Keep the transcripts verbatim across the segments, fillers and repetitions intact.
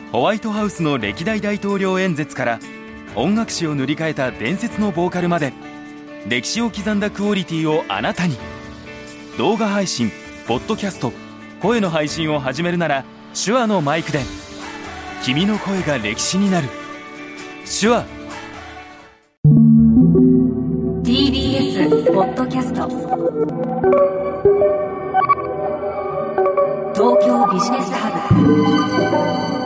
ホワイトハウスの歴代大統領演説から音楽史を塗り替えた伝説のボーカルまで、歴史を刻んだクオリティをあなたに。動画配信、ポッドキャスト、声の配信を始めるなら手話のマイクで。君の声が歴史になる。手話ティービーエス ポッドキャスト、東京ビジネスハブ。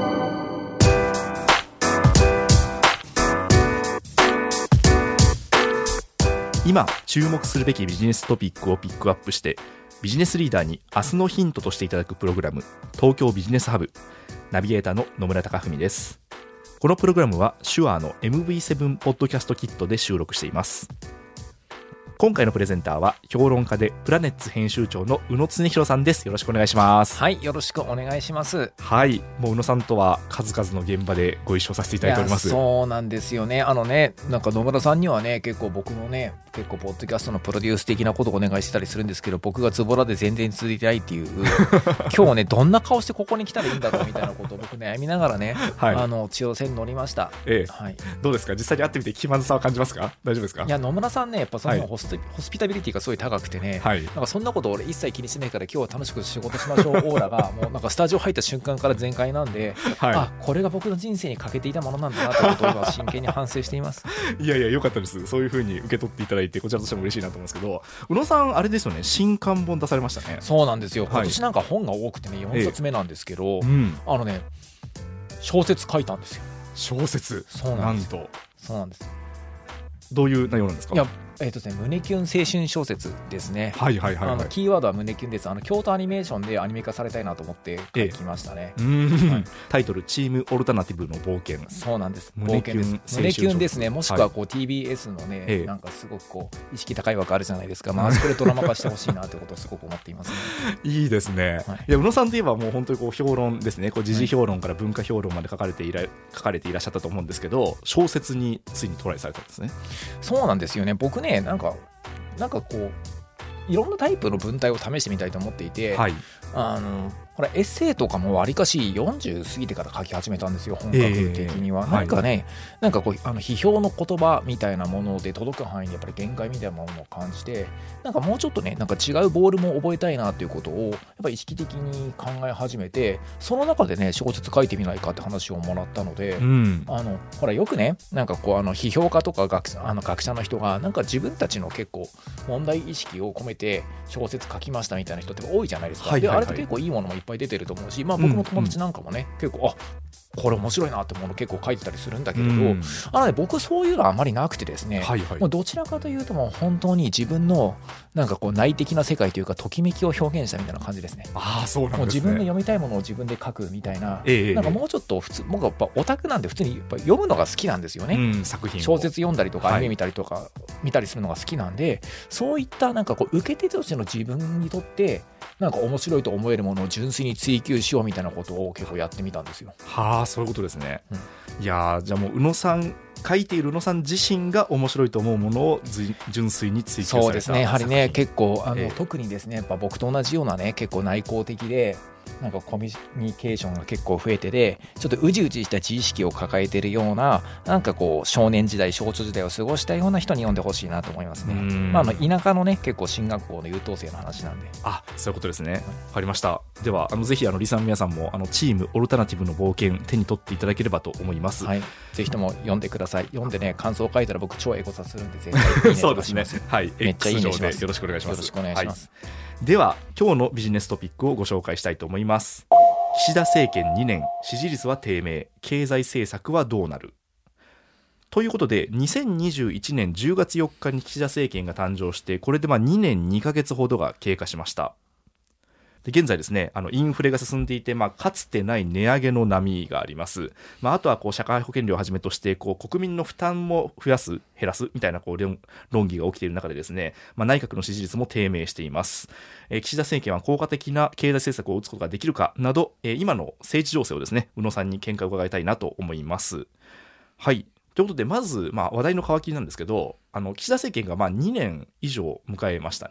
今注目するべきビジネストピックをピックアップしてビジネスリーダーに明日のヒントとしていただくプログラム、東京ビジネスハブ。ナビゲーターの野村貴文です。このプログラムは手話の エムブイセブン ポッドキャストキットで収録しています。今回のプレゼンターは評論家でプラネッツ編集長の宇野恒弘さんです。よろしくお願いします。 はい、よろしくお願いします。 はい、もう宇野さんとは数々の現場でご一緒させていただいております。 そうなんですよね。あのね、なんか野村さんにはね、結構僕のね、結構ポッドキャストのプロデュース的なことをお願いしてたりするんですけど、僕がズボラで全然続いてないっていう今日ね、どんな顔してここに来たらいいんだろうみたいなことを僕悩みながらね、はい、あの千代線に乗りました。 ええ、 はい、 どうですか、実際に会ってみて気まずさは感じますか？大丈夫ですか？ いや、野村さんね、やっぱそのホス、はい、ホスピタビリティがすごい高くてね、はい、なんかそんなこと俺一切気にしないから今日は楽しく仕事しましょうオーラがもうなんかスタジオ入った瞬間から全開なんで、はい、あ、これが僕の人生に欠けていたものなんだなということを今真剣に反省していますいやいや、よかったです。そういう風に受け取っていただいてこちらとしても嬉しいなと思うんですけど、宇野さんあれですよね、新刊本出されましたね。 そうなんですよ。今年なんか本が多くてね、よんさつめなんですけど、ええ、うん、あのね、小説書いたんですよ。 小説？ そうなんです。 なんとそうなんです。 どういう内容なんですか？ いや、えーとですね、胸キュン青春小説ですね。 はいはいはい、はい、 あのキーワードは胸キュンです。あの京都アニメーションでアニメ化されたいなと思って書きましたね。 ええ、うん、はい、タイトルチームオルタナティブの冒険。 そうなんです。冒険です。胸キュンですね。もしくはこう ティービーエス のね、ええ、なんかすごくこう意識高い枠あるじゃないですか。まあ、あそこでドラマ化してほしいなということをすごく思っていますね。 いいですね、はい、いや宇野さんといえばもう本当にこう評論ですね、こう時事評論から文化評論まで書かれていら、書かれていらっしゃったと思うんですけど、小説についにトライされたんですね。 そうなんですよね。僕ね、なんかなんかこういろんなタイプの文体を試してみたいと思っていて、はい、あのほらエッセイとかもわりかしよんじゅう過ぎてから書き始めたんですよ、本格的には。えー、なんかね、はい、なんかこうあの批評の言葉みたいなもので届く範囲にやっぱり限界みたいなものを感じて、なんかもうちょっとね、なんか違うボールも覚えたいなということをやっぱり意識的に考え始めて、その中でね小説書いてみないかって話をもらったので、うん、あのほらよくね、なんかこうあの批評家とか 学, あの学者の人がなんか自分たちの結構問題意識を込めて小説書きましたみたいな人って多いじゃないですか。はいはいはい、であれって結構いいものもいっぱい出てると思うし、まあ、僕の友達なんかもね、うん、結構あこれ面白いなってもの結構書いてたりするんだけれど、うん、あのね、僕そういうのはあまりなくてですね、はいはい、もうどちらかというともう本当に自分のなんかこう内的な世界というかときめきを表現したみたいな感じですね。 あ、そうなんですね。 もう自分の読みたいものを自分で書くみたいな、ええ、なんかもうちょっと普通、僕はやっぱオタクなんで普通にやっぱ読むのが好きなんですよね、うん、作品小説読んだりとかアニメ見たりとか、はい、見たりするのが好きなんで、そういったなんかこう受け手としての自分にとってなんか面白いと思えるものを純粋に追求しようみたいなことを結構やってみたんですよ。 はあ、そういうことですね。うん、いやじゃあもう宇野さん書いている宇野さん自身が面白いと思うものを純粋に追求された。 そうですね、やはりね、結構あの、えー、特にですね、やっぱ僕と同じようなね、結構内向的でなんかコミュニケーションが結構増えてで、ちょっとうじうじした自意識を抱えているような、なんかこう少年時代少女時代を過ごしたような人に読んでほしいなと思いますね。まあ、あの田舎のね、結構進学校の優等生の話なんで。 あ、そういうことですね。わかりました。ではあのぜひあのリスナーの皆さんもあのチームオルタナティブの冒険手に取っていただければと思います。 はい、ぜひとも読んでください。読んでね、感想を書いたら僕超エゴサするんで絶対いいねとかします。 そうですね、はい、 めっちゃいいねします。 よろしくお願いします。 よろしくお願いします。 はい、では今日のビジネストピックをご紹介したいと思います。岸田政権にねん、支持率は低迷、経済政策はどうなるということで、にせんにじゅういちねんじゅうがつよっかに岸田政権が誕生して、これでまあにねんにかげつほどが経過しました。で現在ですね、あのインフレが進んでいて、まあ、かつてない値上げの波があります。まあ、あとはこう社会保険料をはじめとしてこう国民の負担も増やす減らすみたいなこう論議が起きている中でですね、まあ、内閣の支持率も低迷しています。えー、岸田政権は効果的な経済政策を打つことができるかなど、えー、今の政治情勢をですね、宇野さんに見解を伺いたいなと思います。はい、ということでまず、まあ、話題の皮切りなんですけど、あの岸田政権がまあにねん以上迎えましたね。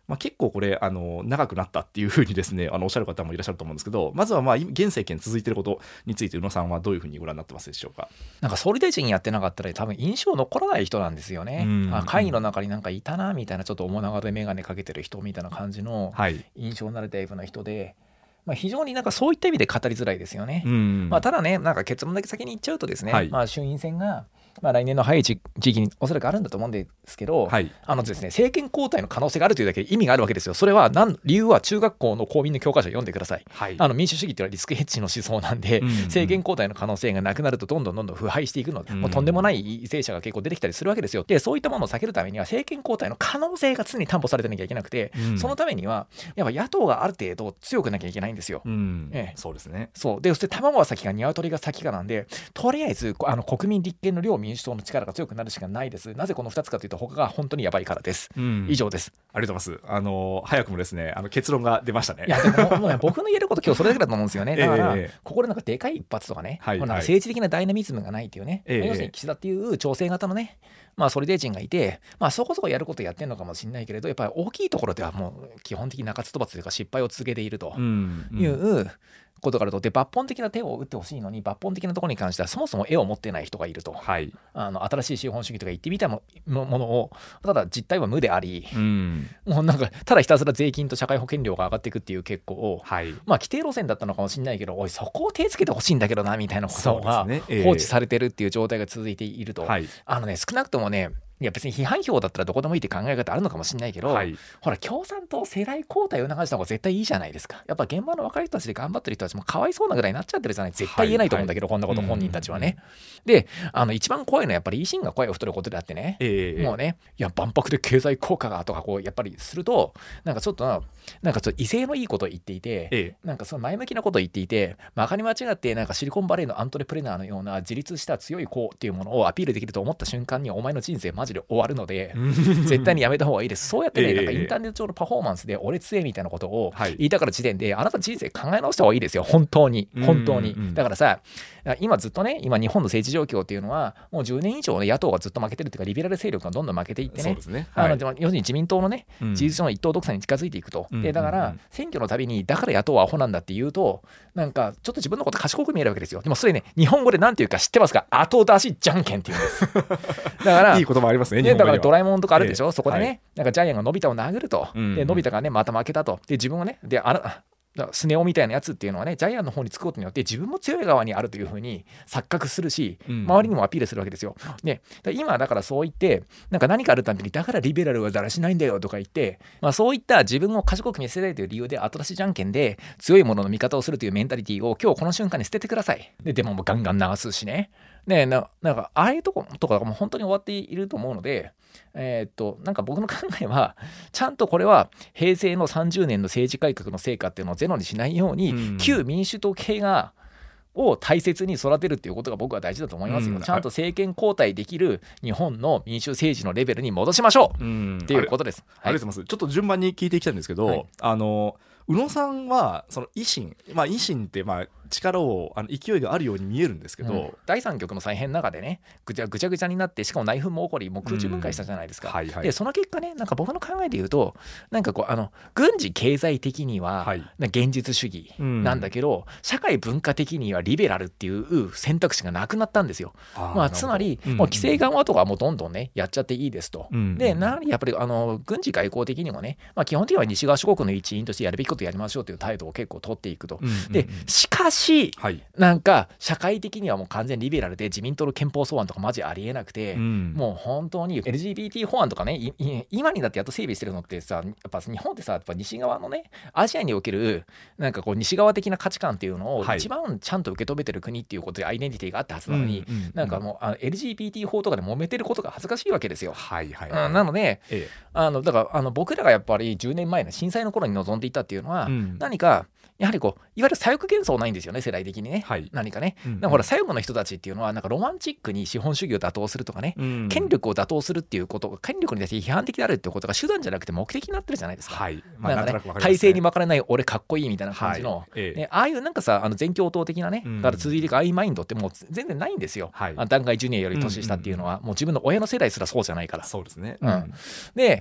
まあ、結構これあの長くなったっていうふうにですねあのおっしゃる方もいらっしゃると思うんですけど、まずはまあ現政権続いていることについて宇野さんはどういうふうにご覧になってますでしょうか。 なんか総理大臣やってなかったら多分印象残らない人なんですよね、うん、あ会議の中になんかいたなみたいなちょっと面長で眼鏡かけてる人みたいな感じの印象になるタイプの人で、まあ、非常になんかそういった意味で語りづらいですよね、うんまあ、ただねなんか結論だけ先に言っちゃうとですね、はいまあ、衆院選がまあ、来年の早い時期におそらくあるんだと思うんですけど、はい、あのですね、政権交代の可能性があるというだけで意味があるわけですよ。それは何理由は中学校の公民の教科書を読んでください、はい、あの民主主義というのはリスクヘッジの思想なんで、うんうん、政権交代の可能性がなくなるとどんどんどんどん腐敗していくので、うん、もうとんでもない為政者が結構出てきたりするわけですよ。でそういったものを避けるためには政権交代の可能性が常に担保されてなきゃいけなくて、うん、そのためにはやっぱ野党がある程度強くなきゃいけないんですよ、うんええ、そうですね。そうでそして卵は先か鶏が先かなんで、とりあえずあの国民立憲の両民主党の力が強くなるしかないです。なぜこのふたつかというと他が本当にやばいからです、うん、以上です。 ありがとうございます。あの早くもですねあの結論が出ましたね。 いやでももう、ね、僕の言えること今日それだけだと思うんですよね。だから、えー、ここでなんかでかい一発とかね、はいはい、なんか政治的なダイナミズムがないっていうね、えー、要するに岸田っていう調整型のねまあ、総理大臣がいて、まあ、そこそこやることやってるのかもしれないけれど、やっぱり大きいところではもう基本的に中津飛ばずというか失敗を続けているということがあると。で抜本的な手を打ってほしいのに抜本的なところに関してはそもそも絵を持ってない人がいると、はい、あの新しい資本主義とか言ってみたものをただ実態は無であり、うん、もうなんかただひたすら税金と社会保険料が上がっていくっていう結構を、はい、まあ規定路線だったのかもしれないけど、おいそこを手つけてほしいんだけどなみたいなことが放置されてるっていう状態が続いていると、はい、あのね少なくともねいや別に批判票だったらどこでもいいって考え方あるのかもしれないけど、はい、ほら共産党世代交代を促した方が絶対いいじゃないですか。やっぱ現場の若い人たちで頑張ってる人たちもかわいそうなぐらいになっちゃってるじゃない。絶対言えないと思うんだけど、はいはい、こんなこと本人たちはね、うん、であの一番怖いのはやっぱり維新が声を太ることであってね、えー、もうねいや万博で経済効果がとかこうやっぱりするとなんかちょっとなんかちょっと威勢のいいことを言っていて、えー、なんかその前向きなことを言っていて、まかり間違ってなんかシリコンバレーのアントレプレナーのような自立した強い子っていうものをアピールできると思った瞬間にお前の人生マジで終わるので絶対にやめた方がいいです。そうやってね、えー、なんかインターネット上のパフォーマンスで俺強いみたいなことを言いたから時点で、はい、あなた人生考え直した方がいいですよ本当に本当に。だからさ今ずっとね今日本の政治状況っていうのはもうじゅうねん以上、ね、野党がずっと負けてるっていうかリベラル勢力がどんどん負けていってね、そうですね、はい、あの要するに自民党のね、うん、事実上の一党独裁に近づいていくと、うん、でだから選挙のたびにだから野党はアホなんだって言うとなんかちょっと自分のこと賢く見えるわけですよ。でもそれね日本語でなんていうか知ってますか。後出しじゃんけんっていうんですだからいい言葉ありますね。 でだからドラえもんとかあるでしょ、えー、そこでね、はい、なんかジャイアンがのび太を殴ると、うん、でのび太がねまた負けたと、で自分はねであらスネ夫みたいなやつっていうのはねジャイアンの方につくことによって自分も強い側にあるというふうに錯覚するし、うん、周りにもアピールするわけですよ。で今だからそう言ってなんか何かあるたびにだからリベラルはだらしないんだよとか言って、まあ、そういった自分を賢く見せたいという理由で後出しじゃんけんで強いものの味方をするというメンタリティを今日この瞬間に捨ててください。ででももうガンガン流すしね。ねななんかああいうとことかも本当に終わっていると思うので、えー、っとなんか僕の考えはちゃんとこれは平成のさんじゅうねんの政治改革の成果っていうのをゼロにしないように、うん、旧民主党系がを大切に育てるっていうことが僕は大事だと思いますよ、うん、ちゃんと政権交代できる日本の民主政治のレベルに戻しましょう、うん、っていうことです。 ありがとうございます。ちょっと順番に聞いていきたいんですけど、はい、あの宇野さんはその維新、まあ、維新ってまあ力をあの勢いがあるように見えるんですけど、うん、 だいさん局の再編の中でねぐちゃぐちゃぐちゃになってしかも内紛も起こりもう空中分解したじゃないですか、うんはいはい、でその結果ねなんか僕の考えで言うとなんかこうあの軍事経済的には現実主義なんだけど、うん、社会文化的にはリベラルっていう選択肢がなくなったんですよ。まあ、つまり、うん、もう規制緩和とかはもうどんどんねやっちゃっていいですと、うん、でなやっぱりあの軍事外交的にもね、まあ、基本的には西側諸国の一員としてやるべきことやりましょうという態度を結構取っていくと、うん、でしかし、はいなんか社会的にはもう完全リベラルで自民党の憲法草案とかマジありえなくて、うん、もう本当に エルジービーティー 法案とかね今になってやっと整備してるのってさやっぱ日本ってさやっぱ西側のねアジアにおけるなんかこう西側的な価値観っていうのを一番ちゃんと受け止めてる国っていうことでアイデンティティがあったはずなのに、うんうんうん、なんかもうあの エルジービーティー 法とかで揉めてることが恥ずかしいわけですよ、はいはいはいうん、なので、ええ、あのだからあの僕らがやっぱりじゅうねんまえの震災の頃に望んでいたっていうのは、うん、何かやはりこういわゆる左翼幻想ないんですよね世代的にね、はい、何かね、うんうん、だからほら左翼の人たちっていうのはなんかロマンチックに資本主義を打倒するとかね、うん、権力を打倒するっていうこと権力に対して批判的であるっていうことが手段じゃなくて目的になってるじゃないですか、はいまあ、なんかね体制に巻かれない俺かっこいいみたいな感じの、はいええね、ああいうなんかさあの全共闘的なね、うん、から続いていくああいうマインドってもう全然ないんですよ、はい、弾劾ジュニアより年下っていうのは、うんうんうん、もう自分の親の世代すらそうじゃないからそうですね、 うん、で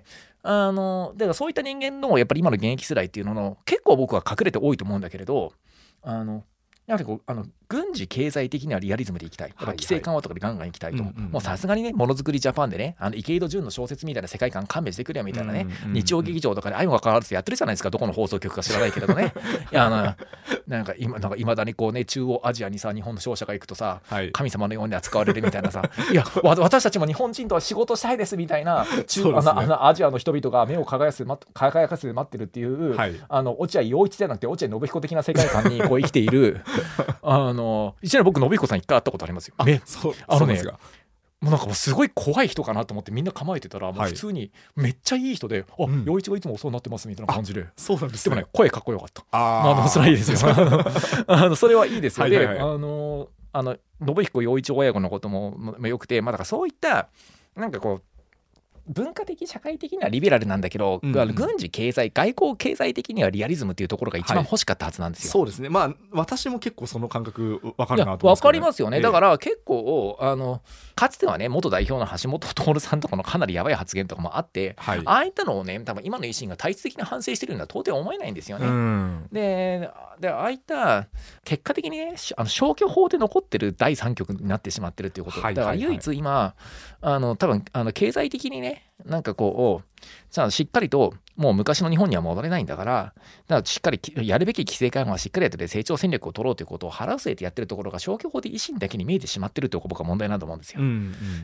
あのだからそういった人間のやっぱり今の現役世代っていうのの結構僕は隠れて多いと思うんだけれど、あのやはりこうあの軍事経済的にはリアリズムでいきたい、規制緩和とかでガンガンいきたいと、もうさすがにねものづくりジャパンでねあの池井戸潤の小説みたいな世界観勘弁してくれよみたいなね、うんうんうん、日曜劇場とかで相も関わらずやってるじゃないですか、どこの放送局か知らないけれどねいやあのなんか今なんか未だにこうね中央アジアにさ日本の商社が行くとさ、はい、神様のように扱われるみたいなさいや私たちも日本人とは仕事したいですみたいな中、ね、あのあのアジアの人々が目を輝かせ輝かせて待ってるっていう、はい、あの落合陽一じゃなくて落合信彦的な世界観にこう生きているあの一年僕信彦さん一回会ったことありますよ。あ、そう、あのね、もうなんかもうすごい怖い人かなと思ってみんな構えてたら、もう普通にめっちゃいい人で、はい、あ、陽、うん、一がいつもお世話になってますみたいな感じで、そうなんですね。でもね声かっこよかった。あ、まあ、それはいいですよあのそれはいいですよ。で、はいはいはい、あのあの信彦陽一親子のこともよくて、まあ、だからそういったなんかこう文化的社会的にはリベラルなんだけど、うんうん、軍事経済外交経済的にはリアリズムっていうところが一番欲しかったはずなんですよ、 はい、そうですね。まあ私も結構その感覚分かるなと思うんですけど、ね、 分かりますよね、えー、だから結構あのかつてはね元代表の橋本徹さんとかのかなりやばい発言とかもあって、はい、ああいったのをね多分今の維新が体質的な反省してるようには到底思えないんですよね、うん、で, でああいった結果的にねあの消去法で残ってるだいさん局になってしまってるっていうこと、はいはいはい、だから唯一今あの多分あの経済的にねなんかこうじゃあしっかりともう昔の日本には戻れないんだから、だからしっかりやるべき規制緩和はしっかりやって成長戦略を取ろうということを腹を据えてやってるところが消去法で維新だけに見えてしまってるというのが僕は問題なんだと思うんですよ、うんうん、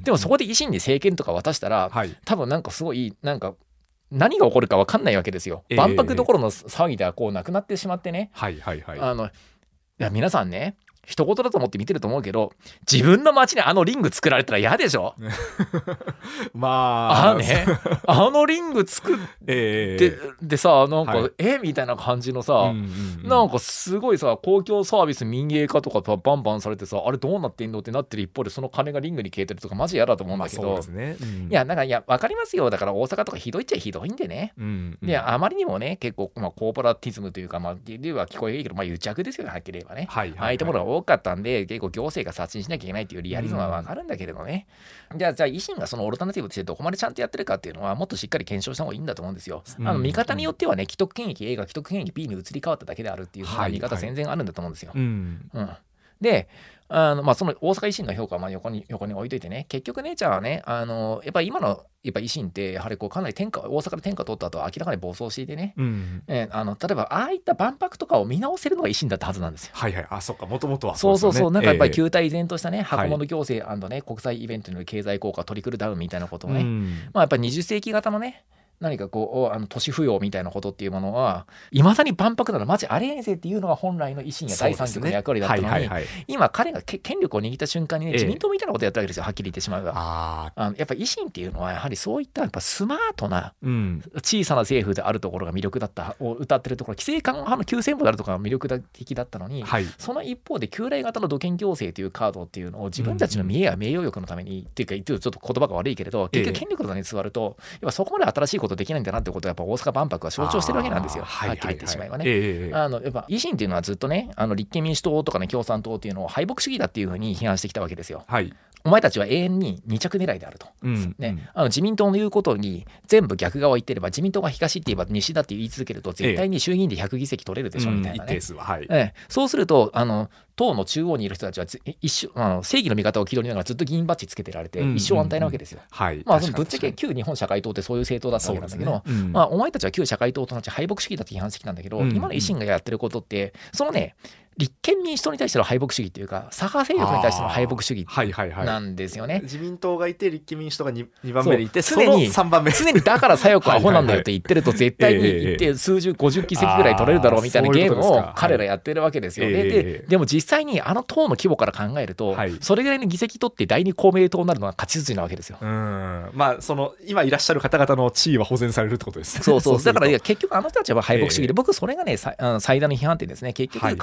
でもそこで維新に政権とか渡したら、はい、多分なんかすごいなんか何が起こるか分かんないわけですよ。万博どころの騒ぎではこうなくなってしまってね、はいはいはい、あのいや皆さんね一言だと思って見てると思うけど、自分の街にあのリング作られたら嫌でしょまああ、ね、あのリング作って、えー、でさなんか、はい、えみたいな感じのさ、うんうんうん、なんかすごいさ公共サービス民営化とかバンバンされてさ、あれどうなってんのってなってる一方でその金がリングに消えてるとかマジ嫌だと思うんだけど、まあそうですね、うん、いやなんかいや分かりますよ。だから大阪とかひどいっちゃひどいんでね、うんうん、であまりにもね結構、まあ、コーポラティズムというか、まあ、では聞こえるけど、まあ、癒着ですよねはっきり言えばね、はいはいはい、ああいったものが多かったんで結構行政が刷新しなきゃいけないっていうリアリズムは分かるんだけれどね、うん、じゃあじゃあ維新がそのオルタナティブとしてどこまでちゃんとやってるかっていうのはもっとしっかり検証した方がいいんだと思うんですよ、うん、あの見方によってはね既得権益 A が既得権益 B に移り変わっただけであるっていう風な見方全然あるんだと思うんですよ、はいはい、うんうん、であのまあ、その大阪維新の評価はまあ 横に、横に置いといてね、結局ねじゃあねあのやっぱり今のやっぱ維新ってやはりこうかなり天下大阪で天下取った後は明らかに暴走していてね、うんえー、あの例えばああいった万博とかを見直せるのが維新だったはずなんですよ。 はいはい、あそっかもともとはそうそうそう、なんかやっぱり旧態依然としたね、えー、箱物行政&ね国際イベントによる経済効果トリクルダウンみたいなことをね、うんまあ、やっぱりにじゅっ世紀型のね何かこうあの都市扶養みたいなことっていうものはいまだに万博ならマジありえんぜっていうのが本来の維新や第三極の役割だったのに、ねはいはいはい、今彼が権力を握った瞬間にね、ええ、自民党みたいなことやったわけですよ、はっきり言ってしまうが。ああのやっぱ維新っていうのはやはりそういったやっぱスマートな小さな政府であるところが魅力だったを歌ってるところ、規制緩和派の急先鋒であるところが魅力的だったのに、はい、その一方で旧来型の土建行政というカードっていうのを自分たちの見栄や名誉欲のために、うん、っていうか言ってちょっと言葉が悪いけれど結局権力の座に座るとやっぱそこまで新しいことできないんだなってことをやっぱ大阪万博は象徴してるわけなんですよ、はっきり言ってしまえばね、はいはいはいえー、あのやっぱ維新っていうのはずっとねあの立憲民主党とかね共産党っていうのを敗北主義だっていうふうに批判してきたわけですよ、はい、お前たちは永遠に二着狙いであると、うんね、あの自民党の言うことに全部逆側言ってれば自民党が東って言えば西だって言い続けると絶対に衆議院でひゃく議席取れるでしょみたいなね、うん、一定数は、はいえー、そうするとあの党の中央にいる人たちは一生あの正義の味方を気取りながらずっと議員バッジつけてられて一生安泰なわけですよ、うんうんうんはいまあ、ぶっちゃけ旧日本社会党ってそういう政党だったわけなんだけど、ねうんまあ、お前たちは旧社会党と同じ敗北主義だって批判してきたんだけど、うんうん、今の維新がやってることってそのね立憲民主党に対しての敗北主義っていうか左派勢力に対しての敗北主義なんですよね、はいはいはい、 自民党がいて立憲民主党が 2, にばんめでいて常にさんばんめ常にだから左翼はアホなんだよって言ってると絶対に言って数十ごじゅっ議席ぐらい取れるだろうみたいなゲームを彼らやってるわけですよ、はいで, で, でも実際にあの党の規模から考えると、はい、それぐらいの議席取って第二公明党になるのが勝ち筋なわけですよ。 うんまあその今いらっしゃる方々の地位は保全されるってことですね。 そうそうだから結局あの人たちは敗北主義で、えー、僕それがね最大の批判点ですね。結局彼らの敗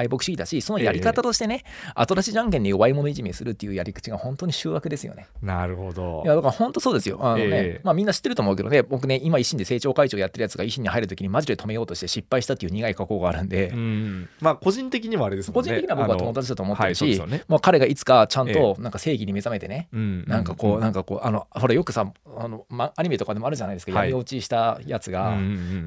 敗北主義だし、そのやり方としてね、えー、後出しじゃんけんで弱い者いじめするっていうやり口が本当に醜悪ですよね。 なるほど。 いやだから本当そうですよ。あのね、えーまあ、みんな知ってると思うけどね、僕ね今維新で政調会長やってるやつが維新に入るときにマジで止めようとして失敗したっていう苦い過去があるんで、 うん、まあ個人的にもあれですもんね。 個人的には僕は友達だと思ってるし、 はいね、 もう彼がいつかちゃんとなんか正義に目覚めてね、 えー、 なんかこうなんかこうあのほらよくさあの、ま、アニメとかでもあるじゃないですか、はい、闇落ちしたやつが、うんうん、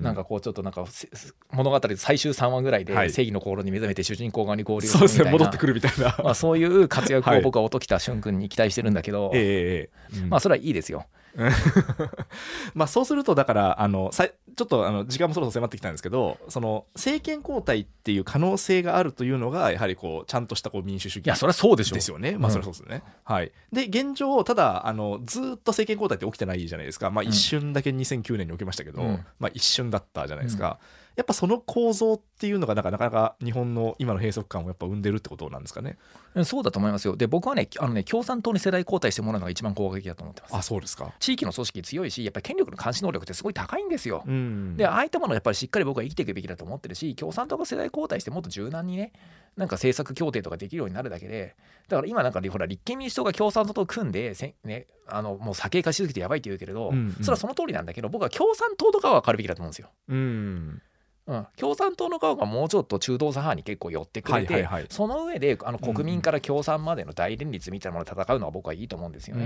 なんかこうちょっとなんか物語で最終さんわぐらいで正義の心に目覚めて主人公側に合流するみたいな、 そうですね、戻ってくるみたいな、 まあ、そういう活躍を僕は音喜多俊君に期待してるんだけど、はい、 えーうん、 まあそれはいいですよ。 まあそうするとだからあのさちょっとあの時間もそろそろ迫ってきたんですけど、その政権交代っていう可能性があるというのがやはりこうちゃんとしたこう民主主義、 いやそれはそうでしょですよね。まあそれはそうですね、うん、はい。で現状ただあのずっと政権交代って起きてないじゃないですか。まあ一瞬だけにせんきゅうねんに起きましたけど、うん、まあ一瞬だったじゃないですか、うん、やっぱその構造っていうのがなかなか日本の今の閉塞感をやっぱ生んでるってことなんですかね。 そうだと思いますよ。で僕はねあのね共産党に世代交代してもらうのが一番効果的だと思ってます。 あ、そうですか。 地域の組織強いし、やっぱり権力の監視能力ってすごい高いんですよ、 うん、 でああいったものをやっぱりしっかり僕は生きていくべきだと思ってるし、共産党が世代交代してもっと柔軟にねなんか政策協定とかできるようになるだけで、だから今なんかほら立憲民主党が共産党と組んでせ、ね、あのもう左傾化しすぎてやばいって言うけれど、うんうん、それはその通りなんだけど、僕は共産党とかは変わるべきだと思うんですよ。 うんうん、共産党の側がもうちょっと中道左派に結構寄ってくれて、はいはいはい、その上であの国民から共産までの大連立みたいなもので戦うのは僕はいいと思うんですよね。うん、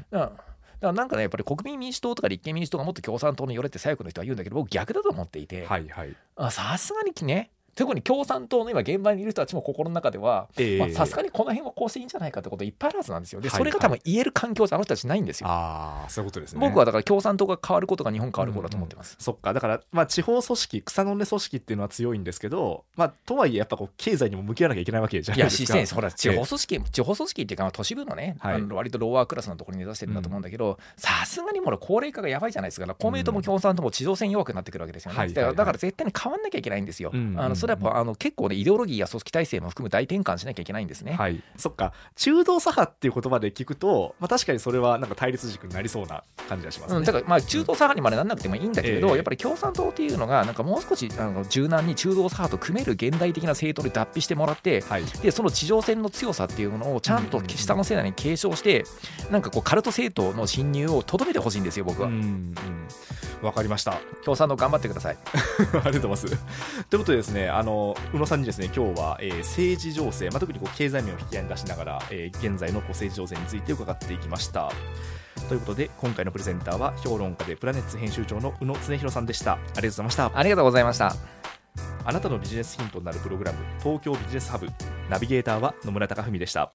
だからだからなんかねやっぱり国民民主党とか立憲民主党がもっと共産党に寄れって左翼の人は言うんだけど、僕逆だと思っていて、さすがにね特に共産党の今現場にいる人たちも心の中ではさすがにこの辺はこうしていいんじゃないかってこといっぱいあるはずなんですよ。でそれが多分言える環境はあの人たちないんですよ。 ああ、そういうことですね。 僕はだから共産党が変わることが日本変わることだと思ってます、 うんうん、そっか。だからまあ地方組織草の根組織っていうのは強いんですけど、まあとはいえやっぱこう経済にも向き合わなきゃいけないわけじゃないですか。いや、 ほら地方組織、えー、地方組織っていうか都市部のね、はい、あの割とローワークラスのところに目指してるんだと思うんだけど、さすがにもう高齢化がやばいじゃないですか。公明党も共産党も地上戦弱くなってくるわけですよね、うん、だから絶対に変わんなきゃいけないんですよ、うんうんうん、あのそれはやっぱあの結構イデオロギーや組織体制も含む大転換しなきゃいけないんですね。 はい、そっか。中道左派っていう言葉で聞くと、まあ、確かにそれはなんか対立軸になりそうな感じがしますね、 うん、だからまあ中道左派にまでなんなくてもいいんだけれど、うん、やっぱり共産党っていうのがなんかもう少しあの柔軟に中道左派と組める現代的な政党に脱皮してもらって、はい、でその地上戦の強さっていうものをちゃんと下の世代に継承して、うん、なんかこうカルト政党の侵入をとどめてほしいんですよ僕は。うん、 うん、わかりました。 共産党頑張ってくださいありがとうございます。ということでですね、あの宇野さんにですね今日はえー、政治情勢、まあ、特にこう経済面を引き合いに出しながら、えー、現在のこう政治情勢について伺っていきました。ということで今回のプレゼンターは評論家でプラネッツ編集長の宇野恒弘さんでした。ありがとうございました。 ありがとうございました。 あなたのビジネスヒントになるプログラム、東京ビジネスハブ、ナビゲーターは野村貴文でした。